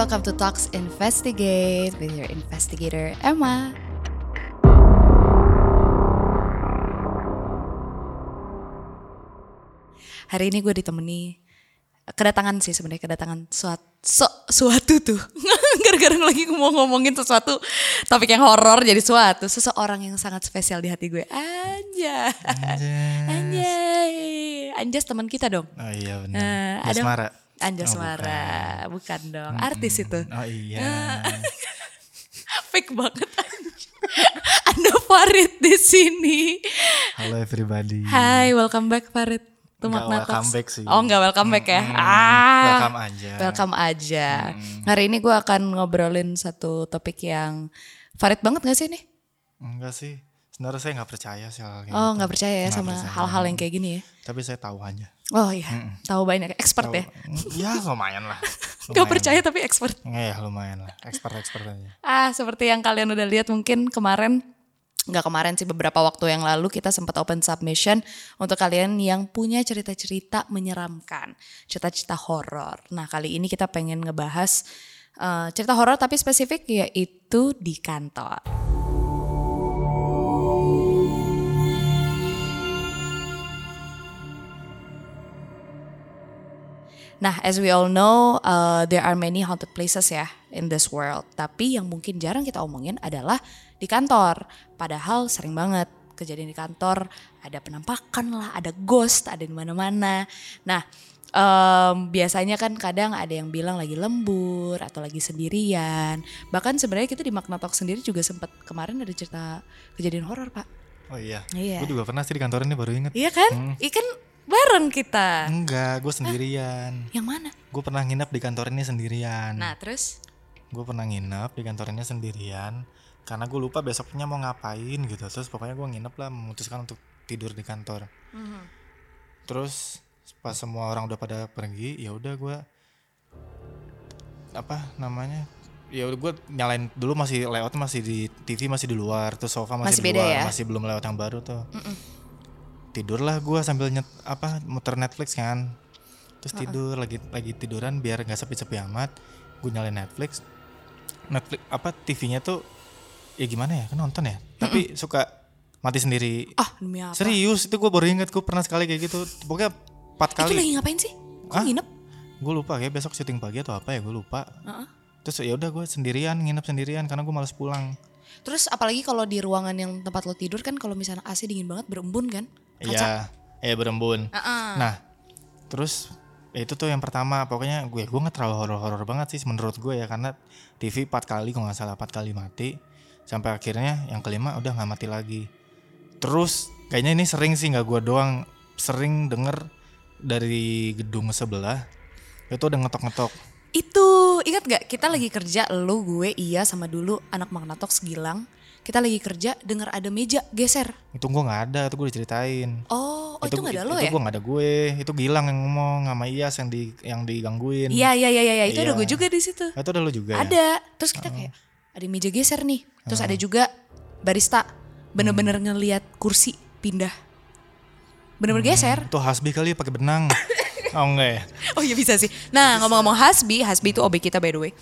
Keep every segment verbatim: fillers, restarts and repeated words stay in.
welcome to Talks Investigate with your investigator Emma. Hari ini gue ditemani kedatangan sih sebenarnya kedatangan suatu so, suatu tuh gara-gara lagi mau ngomongin sesuatu topik yang horor jadi suatu seseorang yang sangat spesial di hati gue. Anjay, Anjay, Anjas teman kita dong. Oh iya benar. Nah, ada Mara. Anjas oh, Mara, bukan. bukan dong, artis mm-hmm. itu. Oh iya. Fake banget. Ada Farid di sini. Halo everybody. Hai, welcome back Farid. Enggak welcome back sih. Oh enggak welcome back ya. Mm-hmm. Ah, welcome aja. Welcome aja. Mm-hmm. Hari ini gue akan ngobrolin satu topik yang Farid banget gak sih nih? Enggak sih. Sebenarnya saya gak percaya sih hal kayak Oh gitu. gak percaya ya Nggak sama percaya. hal-hal yang kayak gini ya? Tapi saya tahu aja. Oh iya, Mm-mm. tahu banyak. Expert Tahu. ya? Ya lumayan lah. Gak Lumayan. percaya tapi expert. Nggak ya lumayan lah. Expert-expert aja. Ah seperti yang kalian udah lihat mungkin kemarin, gak kemarin sih beberapa waktu yang lalu kita sempat open submission untuk kalian yang punya cerita-cerita menyeramkan, cerita-cerita horor. Nah kali ini kita pengen ngebahas uh, cerita horor tapi spesifik yaitu di kantor. Nah, as we all know, uh, there are many haunted places ya in this world. Tapi yang mungkin jarang kita omongin adalah di kantor. Padahal sering banget kejadian di kantor, ada penampakan lah, ada ghost, ada di mana-mana. Nah, um, biasanya kan kadang ada yang bilang lagi lembur atau lagi sendirian. Bahkan sebenarnya kita di Magna Talk sendiri juga sempat kemarin ada cerita kejadian horor, Pak. Oh iya. Iya. Gue juga pernah sih di kantor ini baru inget. Iya kan? Hmm. Iya kan bareng kita. Enggak, gue sendirian. Yang mana? Gue pernah nginep di kantor ini sendirian. Nah, terus? Gue pernah nginep di kantor ini sendirian karena gue lupa besoknya mau ngapain gitu. Terus pokoknya gue nginep lah, memutuskan untuk tidur di kantor. Mm-hmm. Terus pas semua orang udah pada pergi, ya udah gue apa namanya? Ya udah gue nyalain dulu, masih layout masih di T V masih di luar, terus sofa masih, masih di beda luar, ya? masih belum lewat yang baru tuh. Mm-mm. Tidurlah gue sambil nyet apa muter Netflix kan. Terus Uh-uh. tidur lagi lagi tiduran biar nggak sepi-sepi amat. Gue nyalain Netflix. Netflix apa T V-nya tuh ya gimana ya kan nonton ya. Mm-mm. Tapi suka mati sendiri. Ah demi apa? Serius itu gue baru inget, gue pernah sekali kayak gitu. Pokoknya empat kali. Itu lagi ngapain sih? Kok Hah? nginep? Gue lupa kayak besok syuting pagi atau apa ya gue lupa. Uh-uh. Terus ya udah gue sendirian nginep sendirian karena gue malas pulang. Terus apalagi kalau di ruangan yang tempat lo tidur kan kalau misalnya A C dingin banget berembun kan? Iya, iya berembun. Uh-uh. Nah, terus ya itu tuh yang pertama. Pokoknya gue gue nggak terlalu horor-horor banget sih menurut gue ya, karena T V empat kali kalau nggak salah empat kali mati, sampai akhirnya yang kelima udah nggak mati lagi. Terus kayaknya ini sering sih, nggak gue doang, sering denger dari gedung sebelah itu udah ngetok-ngetok. Itu ingat gak kita lagi kerja, lo gue iya sama dulu anak Magna Talk Gilang. Kita lagi kerja denger ada meja geser. Itu gue nggak ada, itu gue diceritain. Oh, oh itu nggak ada lo itu ya? Itu gue nggak ada gue, itu Gilang yang ngomong sama Iyas yang di yang digangguin. Iya iya iya iya itu Iya. ada gue juga di situ. Itu ada lo juga. Ada. Ya? Terus kita kayak ada meja geser nih. Terus ada juga barista bener-bener Hmm. ngelihat kursi pindah. Bener-bener Hmm, geser. Itu Hasbi kali pakai benang. Oh enggak ya? Oh iya bisa sih. Nah ngomong-ngomong Hasbi, Hasbi itu O B kita by the way.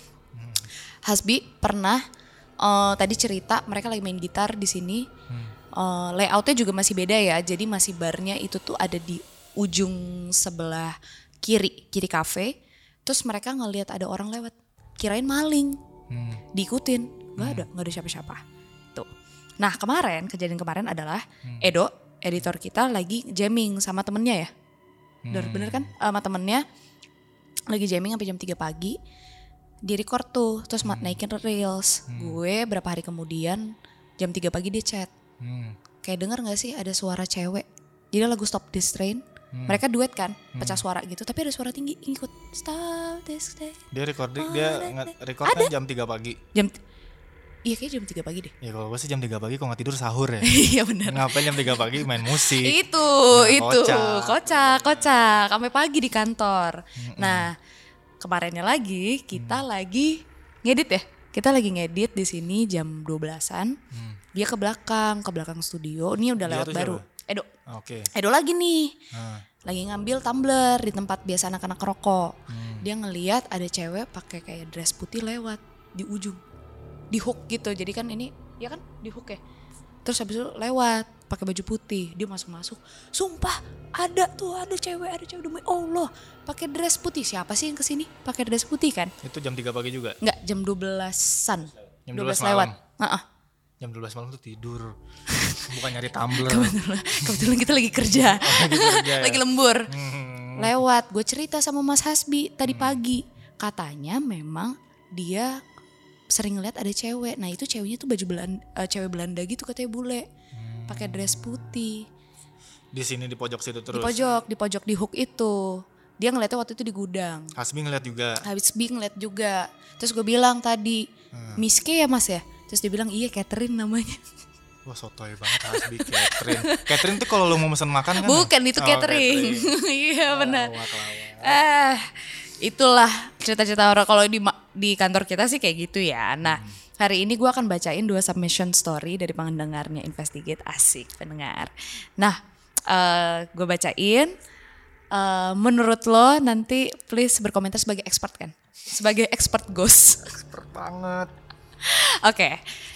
Hasbi pernah uh, tadi cerita mereka lagi main gitar di sini. Hmm. Uh, layoutnya juga masih beda ya. Jadi masih barnya itu tuh ada di ujung sebelah kiri, kiri kafe. Terus mereka ngelihat ada orang lewat. Kirain maling. Hmm. Diikutin. Gak ada, gak ada siapa-siapa. Tuh. Nah kemarin, kejadian kemarin adalah hmm. Edo, editor kita lagi jamming sama temennya ya. Hmm. Bener kan? Sama temennya lagi jamming sampai jam tiga pagi. Di record tuh, terus hmm. naikin reels. Hmm. Gue berapa hari kemudian jam tiga pagi dia chat. Hmm. Kayak denger gak sih ada suara cewek. Jadi lagu Stop This Train. Hmm. Mereka duet kan, pecah suara gitu. Tapi ada suara tinggi ikut Stop This Train. Dia recording, oh, dia recordnya jam tiga pagi. Jam Iya kayak jam tiga pagi deh. Ya kalau gue sih jam tiga pagi kalau gak tidur sahur ya. Iya benar. Ngapain jam tiga pagi main musik. Itu, nah, itu. Kocak. Kocak, kocak. Sampai pagi di kantor. Mm-mm. Nah, kemarinnya lagi kita mm. lagi ngedit ya. Kita lagi ngedit di sini jam dua belasan. Mm. Dia ke belakang, ke belakang studio. Ini udah lewat baru. Siapa? Edo. Oke. Okay. Edo lagi nih. Hmm. Lagi ngambil tumbler di tempat biasa anak-anak rokok. Hmm. Dia ngelihat ada cewek pakai kayak dress putih lewat di ujung, di hook gitu. Jadi kan ini, ya kan di hook ya. Terus habis itu lewat pakai baju putih, dia masuk-masuk. Sumpah ada tuh, ada cewek, ada cewek demi Allah pakai dress putih. Siapa sih yang kesini pakai dress putih kan? Itu jam tiga pagi juga? Enggak, jam dua belasan. Jam dua dua belas belas lewat. malam. Uh-uh. Jam dua belas malam tuh tidur. Bukan nyari tumbler. Kebetulan, kebetulan kita lagi kerja. Oh, lagi kerja ya? Lagi lembur. Hmm. Lewat, gue cerita sama Mas Hasbi tadi pagi. Katanya memang dia sering ngeliat ada cewek. Nah itu ceweknya tuh baju Belanda, uh, cewek Belanda gitu katanya bule. Hmm. Pakai dress putih. Di sini di pojok situ terus? Di pojok, di pojok di hook itu. Dia ngeliatnya waktu itu di gudang. Hasbi ngeliat juga? Hasbi ngeliat juga. Terus gue bilang tadi, hmm. Miss K ya Mas ya? Terus dia bilang iya Catherine namanya. Wah sotoy banget Hasbi Catherine. Catherine tuh kalau lu mau pesen makan kan? Bukan itu oh, catering. Iya benar. Lawak, lawak. Ah, itulah cerita-cerita orang kalau di di kantor kita sih kayak gitu ya. Nah, hmm. hari ini gue akan bacain dua submission story dari pendengarnya Investigate. Asik pendengar. Nah, uh, gue bacain. Uh, menurut lo nanti please berkomentar sebagai expert kan? Sebagai expert ghost. Expert banget. Oke. Okay.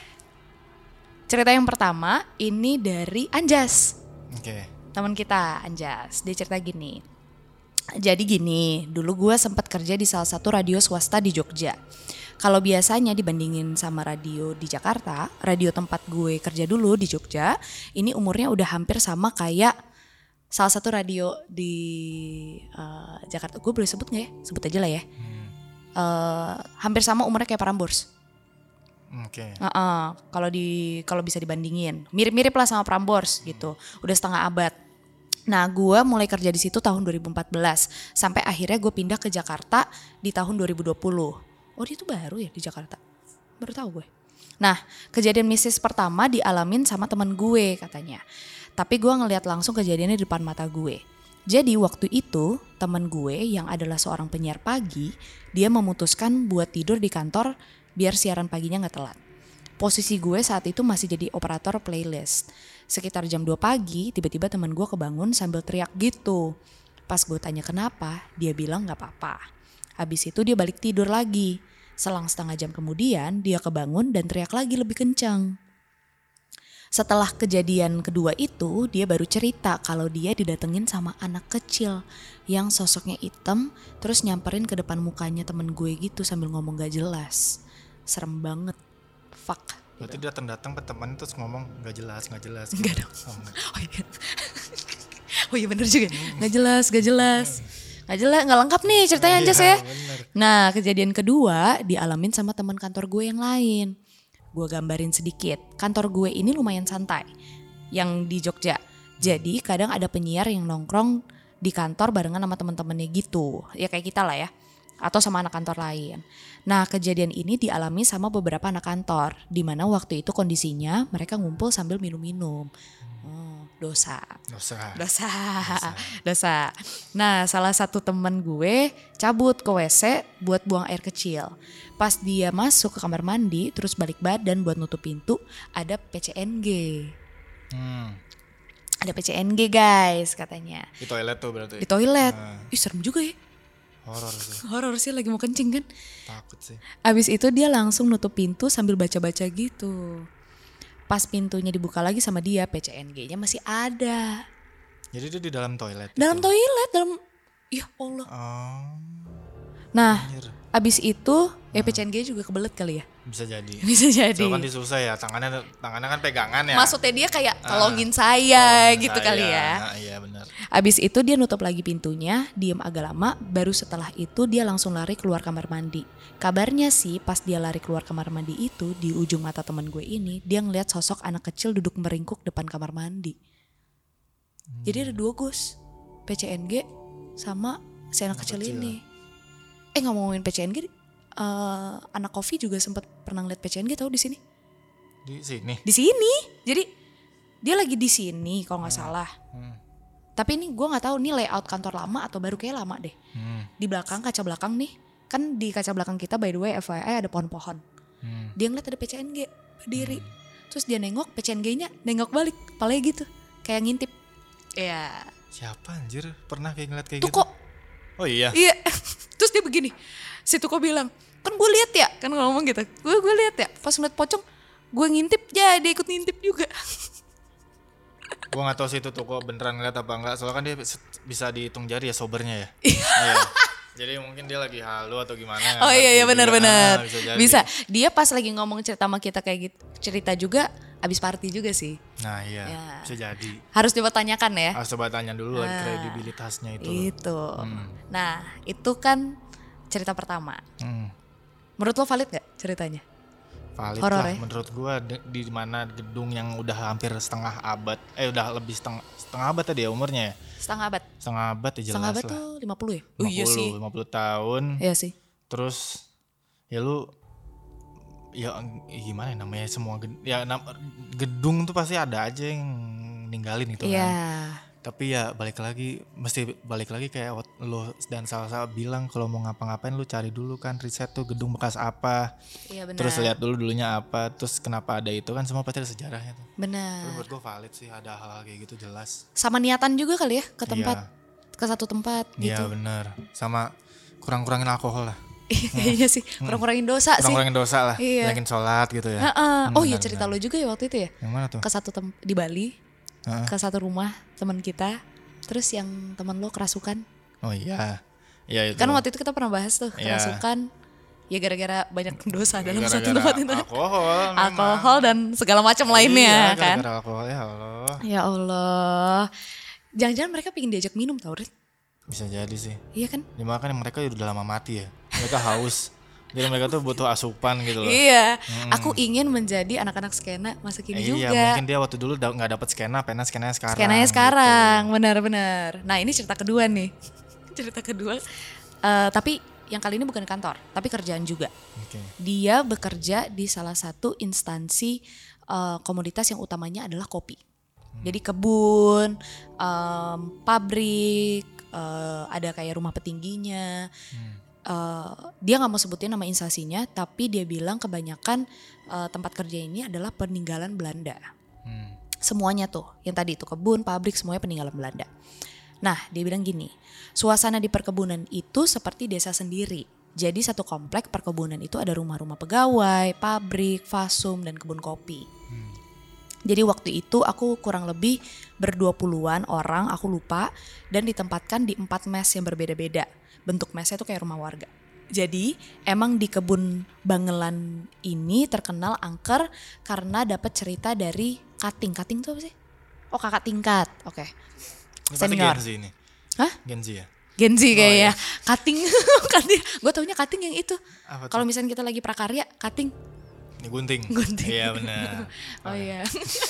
Cerita yang pertama ini dari Anjas. Oke. Okay. Teman kita Anjas. Dia cerita gini. Jadi gini, dulu gue sempat kerja di salah satu radio swasta di Jogja. Kalau biasanya dibandingin sama radio di Jakarta, radio tempat gue kerja dulu di Jogja, ini umurnya udah hampir sama kayak salah satu radio di uh, Jakarta. Gue boleh sebut gak ya? Sebut aja lah ya. Hmm. Uh, hampir sama umurnya kayak Prambors. Oke. Okay. Uh-uh. Kalau di kalau bisa dibandingin, mirip-mirip lah sama Prambors hmm. gitu. Udah setengah abad. Nah, gue mulai kerja di situ tahun dua ribu empat belas sampai akhirnya gue pindah ke Jakarta di tahun dua ribu dua puluh. Oh, dia tuh baru ya di Jakarta. Baru tahu gue. Nah, kejadian mistis pertama dialamin sama teman gue katanya. Tapi gue ngelihat langsung kejadiannya di depan mata gue. Jadi waktu itu teman gue yang adalah seorang penyiar pagi, dia memutuskan buat tidur di kantor biar siaran paginya gak telat. Posisi gue saat itu masih jadi operator playlist. Sekitar jam dua pagi, tiba-tiba teman gue kebangun sambil teriak gitu. Pas gue tanya kenapa, dia bilang gak apa-apa. Habis itu dia balik tidur lagi. Selang setengah jam kemudian, dia kebangun dan teriak lagi lebih kencang. Setelah kejadian kedua itu, dia baru cerita kalau dia didatengin sama anak kecil yang sosoknya hitam, terus nyamperin ke depan mukanya temen gue gitu sambil ngomong gak jelas. Serem banget. Fuck. Berarti dia datang-datang ke teman terus ngomong gak jelas, gak jelas. Enggak dong. Oh, oh iya. Oh iya bener juga. Gak jelas, gak jelas. Gak jelas, gak lengkap nih ceritanya Anjas ya. Nah, kejadian kedua dialamin sama teman kantor gue yang lain. Gue gambarin sedikit. Kantor gue ini lumayan santai. Yang di Jogja. Jadi kadang ada penyiar yang nongkrong di kantor barengan sama teman-temannya gitu. Ya kayak kita lah ya. Atau sama anak kantor lain. Nah, kejadian ini dialami sama beberapa anak kantor, di mana waktu itu kondisinya mereka ngumpul sambil minum-minum. Oh, dosa. Dosa. Dosa. Dosa. Dosa. Nah, salah satu teman gue cabut ke W C buat buang air kecil. Pas dia masuk ke kamar mandi, terus balik badan buat nutup pintu, ada P C N G. Hmm. Ada P C N G guys katanya. Di toilet tuh berarti? Di toilet. Nah. Ih serem juga ya. Horor sih. Horor sih lagi mau kencing kan. Takut sih. Abis itu dia langsung nutup pintu sambil baca-baca gitu. Pas pintunya dibuka lagi sama dia, P C N G-nya masih ada. Jadi dia di dalam toilet? Dalam itu? Toilet, dalam... Ya Allah. Oh. Nah, Anjir. Abis itu ya P C N G juga kebelet kali ya. Bisa jadi. Bisa jadi. So kan disusah ya, tangannya tangannya kan pegangan ya. Maksudnya dia kayak tolongin ah, saya tolongin gitu saya. Kali ya. Nah, iya benar. Abis itu dia nutup lagi pintunya, diem agak lama, baru setelah itu dia langsung lari keluar kamar mandi. Kabarnya sih pas dia lari keluar kamar mandi itu, di ujung mata teman gue ini, dia ngeliat sosok anak kecil duduk meringkuk depan kamar mandi. Hmm. Jadi ada dua Gus, P C N G sama si anak, anak kecil, kecil ini. Eh nggak mau ngomongin P C N G, uh, anak Kofi juga sempat pernah ngeliat P C N G tahu di sini. Di sini. Di sini. Jadi dia lagi di sini kalau nggak hmm. salah. Hmm. Tapi ini gue nggak tahu nih layout kantor lama atau baru kayak lama deh. Hmm. Di belakang kaca belakang nih, kan di kaca belakang kita by the way F Y I ada pohon-pohon. Hmm. Dia ngeliat ada P C N G berdiri. Hmm. Terus dia nengok P C N G-nya nengok balik, palanya gitu, kayak ngintip. Iya. Siapa anjir pernah kayak ngeliat kayak tuh gitu? Kok? Oh iya. Iya. Terus dia begini, si Tuko bilang, kan gue lihat ya, kan ngomong gitu, gue gue lihat ya, pas ngeliat pocong, gue ngintip, ya dia ikut ngintip juga. Gue nggak tahu sih itu Tuko beneran ngeliat apa enggak, soalnya kan dia bisa dihitung jari ya sobernya ya. Iya. Jadi mungkin dia lagi halu atau gimana. Oh iya iya benar-benar. Ah, bisa, bisa. Dia pas lagi ngomong cerita sama kita kayak gitu, cerita juga abis party juga sih. Nah iya, ya. Bisa jadi. Harus coba tanyakan ya. Harus coba tanya dulu nah, kredibilitasnya itu. Itu. Hmm. Nah itu kan cerita pertama. Hmm. Menurut lo valid gak ceritanya? Valid Horror lah ya? Menurut gue di, di mana gedung yang udah hampir setengah abad, eh udah lebih setengah setengah abad tadi ya umurnya ya. Setengah abad. Setengah abad ya jelas setengah abad lah. Tuh lima puluh ya? lima puluh, oh iya sih. lima puluh tahun. Iya sih. Terus ya lu ya gimana ya namanya semua gedung, ya gedung tuh pasti ada aja yang ninggalin itu yeah. kan. Tapi ya balik lagi, mesti balik lagi kayak lo dan Salsa bilang kalau mau ngapa-ngapain lu cari dulu kan, riset tuh gedung bekas apa. Iya benar. Terus lihat dulu dulunya apa, terus kenapa ada itu kan, semua pasti ada sejarahnya tuh. Benar. Tapi buat gue valid sih, ada hal-hal kayak gitu jelas. Sama niatan juga kali ya ke tempat, iya. ke satu tempat gitu. Iya benar. Sama kurang-kurangin alkohol lah. Iya sih, kurang-kurangin dosa kurang sih. Kurang-kurangin dosa lah, iya. Yakin sholat gitu ya. Hmm, oh iya cerita benar. Lo juga ya waktu itu ya? Yang mana tuh? Ke satu tem- di Bali, uh-uh. ke satu rumah teman kita. Terus yang teman lo kerasukan. Oh iya. Iya itu. Kan waktu itu kita pernah bahas tuh kerasukan. Ya, ya gara-gara banyak dosa dalam gara-gara satu tempat itu. Alkohol. Alkohol dan segala macam lainnya iya, kan. Gara-gara alkohol ya Allah. Ya Allah. Jangan-jangan mereka pengen diajak minum tau Rit? Bisa jadi sih. Iya kan? Dimakan mereka udah lama mati ya. Mereka haus. Jadi mereka tuh butuh asupan gitu loh. Iya, hmm. Aku ingin menjadi anak-anak skena masa kini eh, juga. Iya, mungkin dia waktu dulu da- gak dapet skena, pengen skenanya sekarang. Skenanya sekarang, gitu. benar-benar. Nah ini cerita kedua nih, cerita kedua. Uh, tapi yang kali ini bukan kantor, tapi kerjaan juga. Okay. Dia bekerja di salah satu instansi uh, komoditas yang utamanya adalah kopi. Hmm. Jadi kebun, um, pabrik, uh, ada kayak rumah petingginya. Hmm. Uh, dia nggak mau sebutin nama instansinya, tapi dia bilang kebanyakan uh, tempat kerja ini adalah peninggalan Belanda. Hmm. Semuanya tuh, yang tadi itu kebun, pabrik, semuanya peninggalan Belanda. Nah, dia bilang gini, suasana di perkebunan itu seperti desa sendiri. Jadi satu komplek perkebunan itu ada rumah-rumah pegawai, pabrik, fasum, dan kebun kopi. Hmm. Jadi waktu itu aku kurang lebih berdua puluhan orang, aku lupa, dan ditempatkan di empat mes yang berbeda-beda. Bentuk mesnya tuh kayak rumah warga. Jadi emang di kebun Bangelan ini terkenal angker karena dapat cerita dari Kating. Kating tuh apa sih? Oh kakak tingkat, oke. Okay. Senior. Gen Z ini. Hah? Gen Z ya? Gen Z kayaknya. Oh, iya. Kating. Kating. Gue taunya Kating yang itu. Kalau misalnya kita lagi prakarya, Kating. Ini gunting. Gunting. Iya benar. Oh, oh iya.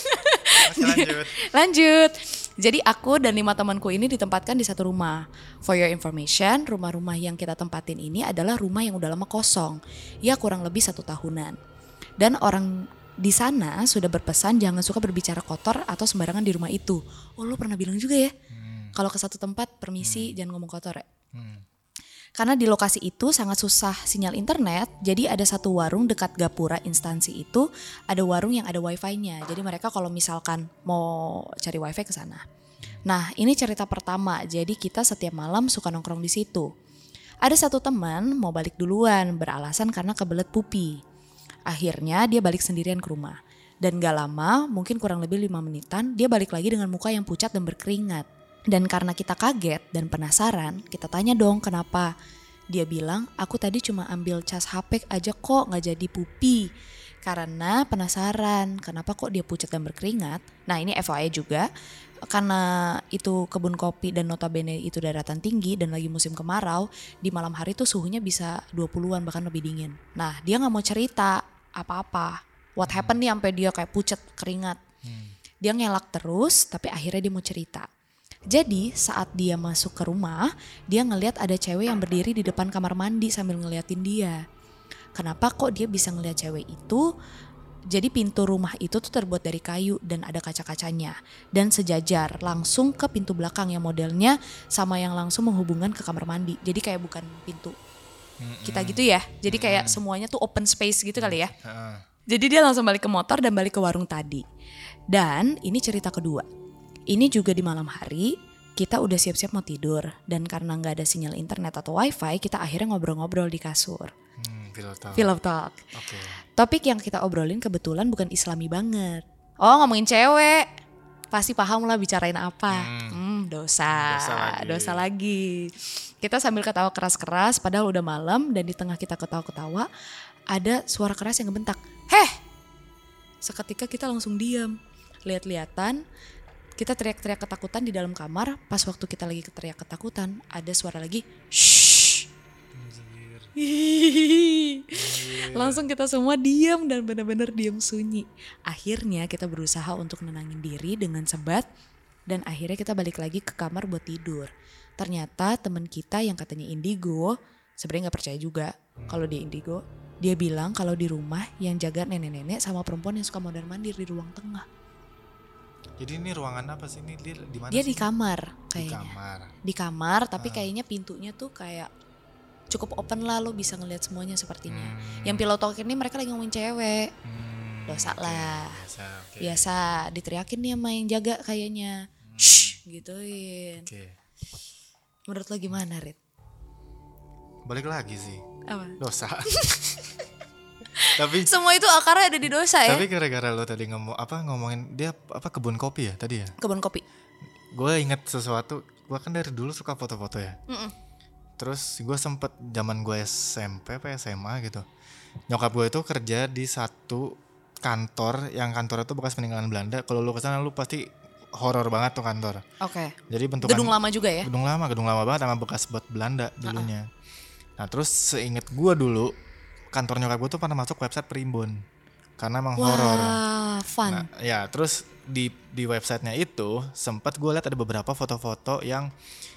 Lanjut. Lanjut. Jadi aku dan lima temanku ini ditempatkan di satu rumah. For your information, rumah-rumah yang kita tempatin ini adalah rumah yang udah lama kosong. Ya kurang lebih satu tahunan. Dan orang di sana sudah berpesan jangan suka berbicara kotor atau sembarangan di rumah itu. Oh lo pernah bilang juga ya? Hmm. Kalau ke satu tempat permisi hmm. jangan ngomong kotor ya. Hmm. Karena di lokasi itu sangat susah sinyal internet, jadi ada satu warung dekat gapura instansi itu, ada warung yang ada wifi-nya. Jadi mereka kalau misalkan mau cari wifi ke sana. Nah, ini cerita pertama. Jadi kita setiap malam suka nongkrong di situ. Ada satu teman mau balik duluan, beralasan karena kebelet pupi. Akhirnya dia balik sendirian ke rumah. Dan gak lama, mungkin kurang lebih lima menitan, dia balik lagi dengan muka yang pucat dan berkeringat. Dan karena kita kaget dan penasaran, kita tanya dong kenapa. Dia bilang, aku tadi cuma ambil cas H P aja kok gak jadi pupi. Karena penasaran, kenapa kok dia pucat dan berkeringat. Nah ini F Y I juga, karena itu kebun kopi dan notabene itu daratan tinggi dan lagi musim kemarau, di malam hari tuh suhunya bisa dua puluhan bahkan lebih dingin. Nah dia gak mau cerita apa-apa. What happened nih sampai dia kayak pucat, keringat. Dia ngelak terus, tapi akhirnya dia mau cerita. Jadi saat dia masuk ke rumah, dia ngelihat ada cewek yang berdiri di depan kamar mandi sambil ngeliatin dia. Kenapa kok dia bisa ngeliat cewek itu? Jadi pintu rumah itu tuh terbuat dari kayu dan ada kaca-kacanya. Dan sejajar langsung ke pintu belakang yang modelnya sama yang langsung menghubungkan ke kamar mandi. Jadi kayak bukan pintu kita gitu ya. Jadi kayak semuanya tuh open space gitu kali ya. Jadi dia langsung balik ke motor dan balik ke warung tadi. Dan ini cerita kedua. Ini juga di malam hari, kita udah siap-siap mau tidur. Dan karena gak ada sinyal internet atau wifi, kita akhirnya ngobrol-ngobrol di kasur. Hmm, pillow talk. Pillow talk. Oke. Topik yang kita obrolin kebetulan bukan islami banget. Oh ngomongin cewek, pasti paham lah bicarain apa. Hmm, hmm dosa, dosa lagi. dosa lagi. Kita sambil ketawa keras-keras padahal udah malam. Dan di tengah kita ketawa-ketawa ada suara keras yang ngebentak. Heh! Seketika kita langsung diam, lihat-lihatan, kita teriak-teriak ketakutan di dalam kamar. Pas waktu kita lagi teriak ketakutan, ada suara lagi, shh. Langsung kita semua diam dan benar-benar diam sunyi. Akhirnya kita berusaha untuk nenangin diri dengan sebat dan akhirnya kita balik lagi ke kamar buat tidur. Ternyata teman kita yang katanya indigo, sebenarnya nggak percaya juga kalau dia indigo. Dia bilang kalau di rumah yang jaga nenek-nenek sama perempuan yang suka mondar-mandir di ruang tengah. Jadi ini ruangan apa sih? Ini dia di mana? Dia sih? di kamar kayaknya. Di kamar. Di kamar, tapi Ah. kayaknya pintunya tuh kayak cukup open lah, lo bisa ngelihat semuanya sepertinya. Hmm. Yang pillow talk ini mereka lagi ngomongin cewek. Hmm, Dosa oke, lah. Biasa, oke. Biasa diteriakin nih sama yang jaga kayaknya. Shh, gituin. Oke. Menurut lo gimana, Rit? Balik lagi sih. Apa? Dosa. Tapi Semua itu akarnya ada di dosa ya? tapi gara-gara lo tadi ngomong apa ngomongin dia apa kebun kopi ya tadi ya? Kebun kopi. Gue inget sesuatu. Gue kan dari dulu suka foto-foto ya. Mm-mm. Terus gue sempet zaman gue S M P apa S M A gitu. Nyokap gue itu kerja di satu kantor yang kantor itu bekas peninggalan Belanda. Kalau lu kesana lu pasti horor banget tuh kantor. Oke. Jadi bentukan Gedung lama juga ya? Gedung lama, gedung lama banget sama bekas buat Belanda dulunya. Uh-uh. Nah terus seinget gue dulu kantor nyokap gue tuh pernah masuk website Primbon karena emang horor. Wah, fun. Nah, ya terus di di websitenya itu sempat gue lihat ada beberapa foto-foto yang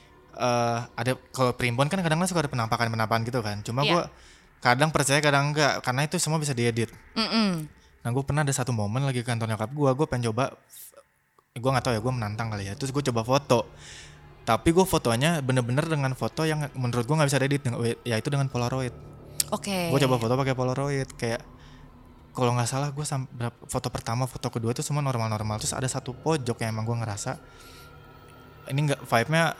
uh, ada kalau Primbon kan kadang-kadang suka ada penampakan-penampakan gitu kan. Cuma Yeah. gue kadang percaya kadang enggak karena itu semua bisa diedit. Mm-mm. Nah gue pernah ada satu momen lagi ke kantor nyokap gue, gue pengen coba, gue nggak tahu ya gue menantang kali ya. Terus gue coba foto, tapi gue fotonya bener-bener dengan foto yang menurut gue nggak bisa diedit, yaitu dengan Polaroid. Oke. Gue coba foto pakai Polaroid kayak kalau nggak salah gue sam- foto pertama foto kedua itu semua normal-normal. Terus ada satu pojok yang emang gue ngerasa ini nggak vibe-nya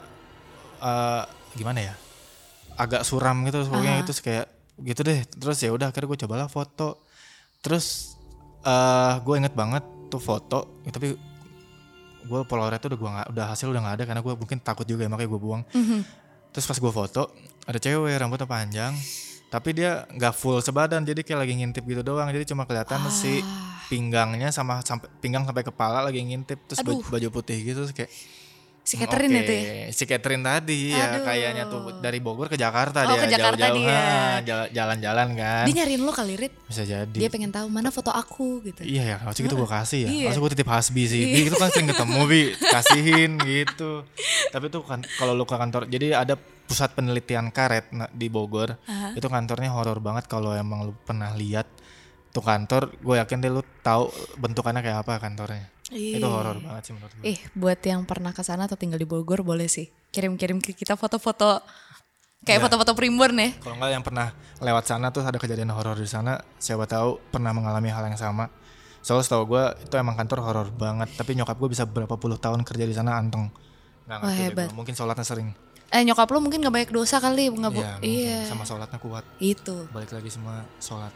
uh, gimana ya, agak suram gitu pokoknya. Itu kayak gitu deh. Terus ya udah akhirnya gue cobalah foto. Terus uh, gue inget banget tuh foto ya, tapi gue Polaroid tuh udah gue nggak, udah hasil udah nggak ada karena gue mungkin takut juga ya, makanya gue buang. Mm-hmm. Terus pas gue foto ada cewek rambutnya panjang tapi dia nggak full sebadan, jadi kayak lagi ngintip gitu doang, jadi cuma kelihatan Ah. si pinggangnya sama sampai pinggang sampai kepala lagi ngintip. Terus baju, Aduh. baju putih gitu terus kayak Si hmm, Catherine oke. itu ya? Si Catherine tadi ya Aduh. kayaknya tuh dari Bogor ke Jakarta Oh, dia ke Jakarta jauh-jauh dia. ha, jala- jalan-jalan kan. Dia nyariin lo kali, Rit. Bisa jadi. Dia pengen tahu mana foto aku gitu. Iya ya, maksudnya gitu gue kasih ya. Iya. Maksudnya gue titip Hasbi sih. Iya. Bi, itu kan sering ketemu Bi, kasihin gitu. Tapi tuh kan kalau lu ke kantor, jadi ada pusat penelitian karet nah, di Bogor. Aha. Itu kantornya horor banget kalau emang lu pernah lihat tuh kantor. Gue yakin deh lu tahu bentukannya kayak apa kantornya. Ih. Itu horor banget sih menurut gue. Ih, buat yang pernah ke sana atau tinggal di Bogor boleh sih kirim-kirim ke kita foto-foto kayak Ya. foto-foto Primbon ya. Kalau nggak yang pernah lewat sana tuh ada kejadian horor di sana, siapa tahu pernah mengalami hal yang sama. Soalnya setahu gue itu emang kantor horor banget. Tapi nyokap gue bisa berapa puluh tahun kerja di sana anteng. Nggak Wah, ngerti deh hebat. gua. Mungkin sholatnya sering. Eh nyokap lo mungkin gak banyak dosa kali, nggak bu? Iya, Iya. mungkin. Sama sholatnya kuat. Itu. Balik lagi semua sholat.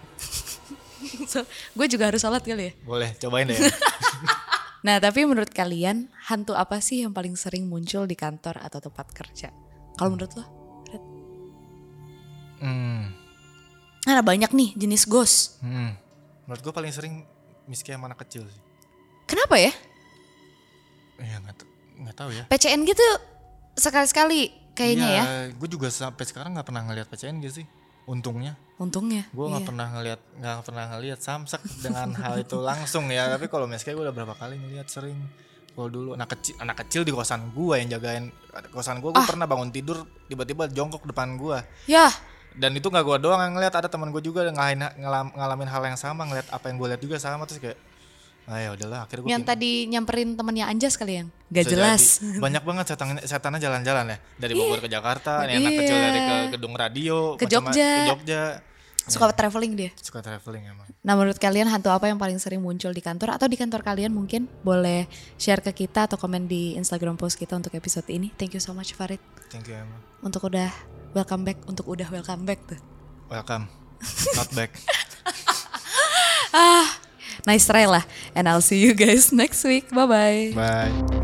So, gue juga harus sholat kali ya. Boleh, cobain deh. Ya. Nah tapi menurut kalian hantu apa sih yang paling sering muncul di kantor atau tempat kerja? Kalau menurut lo? Red? hmm, Nah banyak nih jenis ghost. hmm. Menurut gue paling sering miskin sama anak kecil sih. Kenapa ya? Iya nggak t- nggak tahu ya. P C N G tuh sekali-sekali kayaknya ya. Gue juga sampai sekarang nggak pernah ngeliat P C N G sih. Untungnya. Untungnya. Gue nggak iya. pernah ngeliat nggak pernah ngeliat samsak dengan hal itu langsung ya. Tapi kalau miskin gue udah berapa kali ngeliat sering. Kalau dulu anak kecil anak kecil di kosan gue yang jagain kosan gue. Gue Ah. pernah bangun tidur tiba-tiba jongkok depan gue. Ya. Dan itu gak gue doang yang ngeliat, ada teman gue juga ngalamin, ngalam, ngalamin hal yang sama, ngeliat apa yang gue lihat juga sama. Terus kayak ah ya udahlah akhirnya gue Yang tadi nyamperin temennya Anjas kali yang gak Bisa jelas. jadi. Banyak banget setan setannya jalan-jalan ya, dari Bogor ke Jakarta, nih anak Iya. kecil dari ke gedung radio Ke macam- Jogja. ke Jogja Suka yeah. traveling dia. Suka traveling emang. Nah menurut kalian hantu apa yang paling sering muncul di kantor atau di kantor kalian mungkin boleh share ke kita atau komen di Instagram post kita untuk episode ini. Thank you so much Farid. Thank you Emma. Untuk udah welcome back, untuk udah welcome back tuh. Welcome, not back. ah, nice try lah. And I'll see you guys next week. Bye-bye. Bye.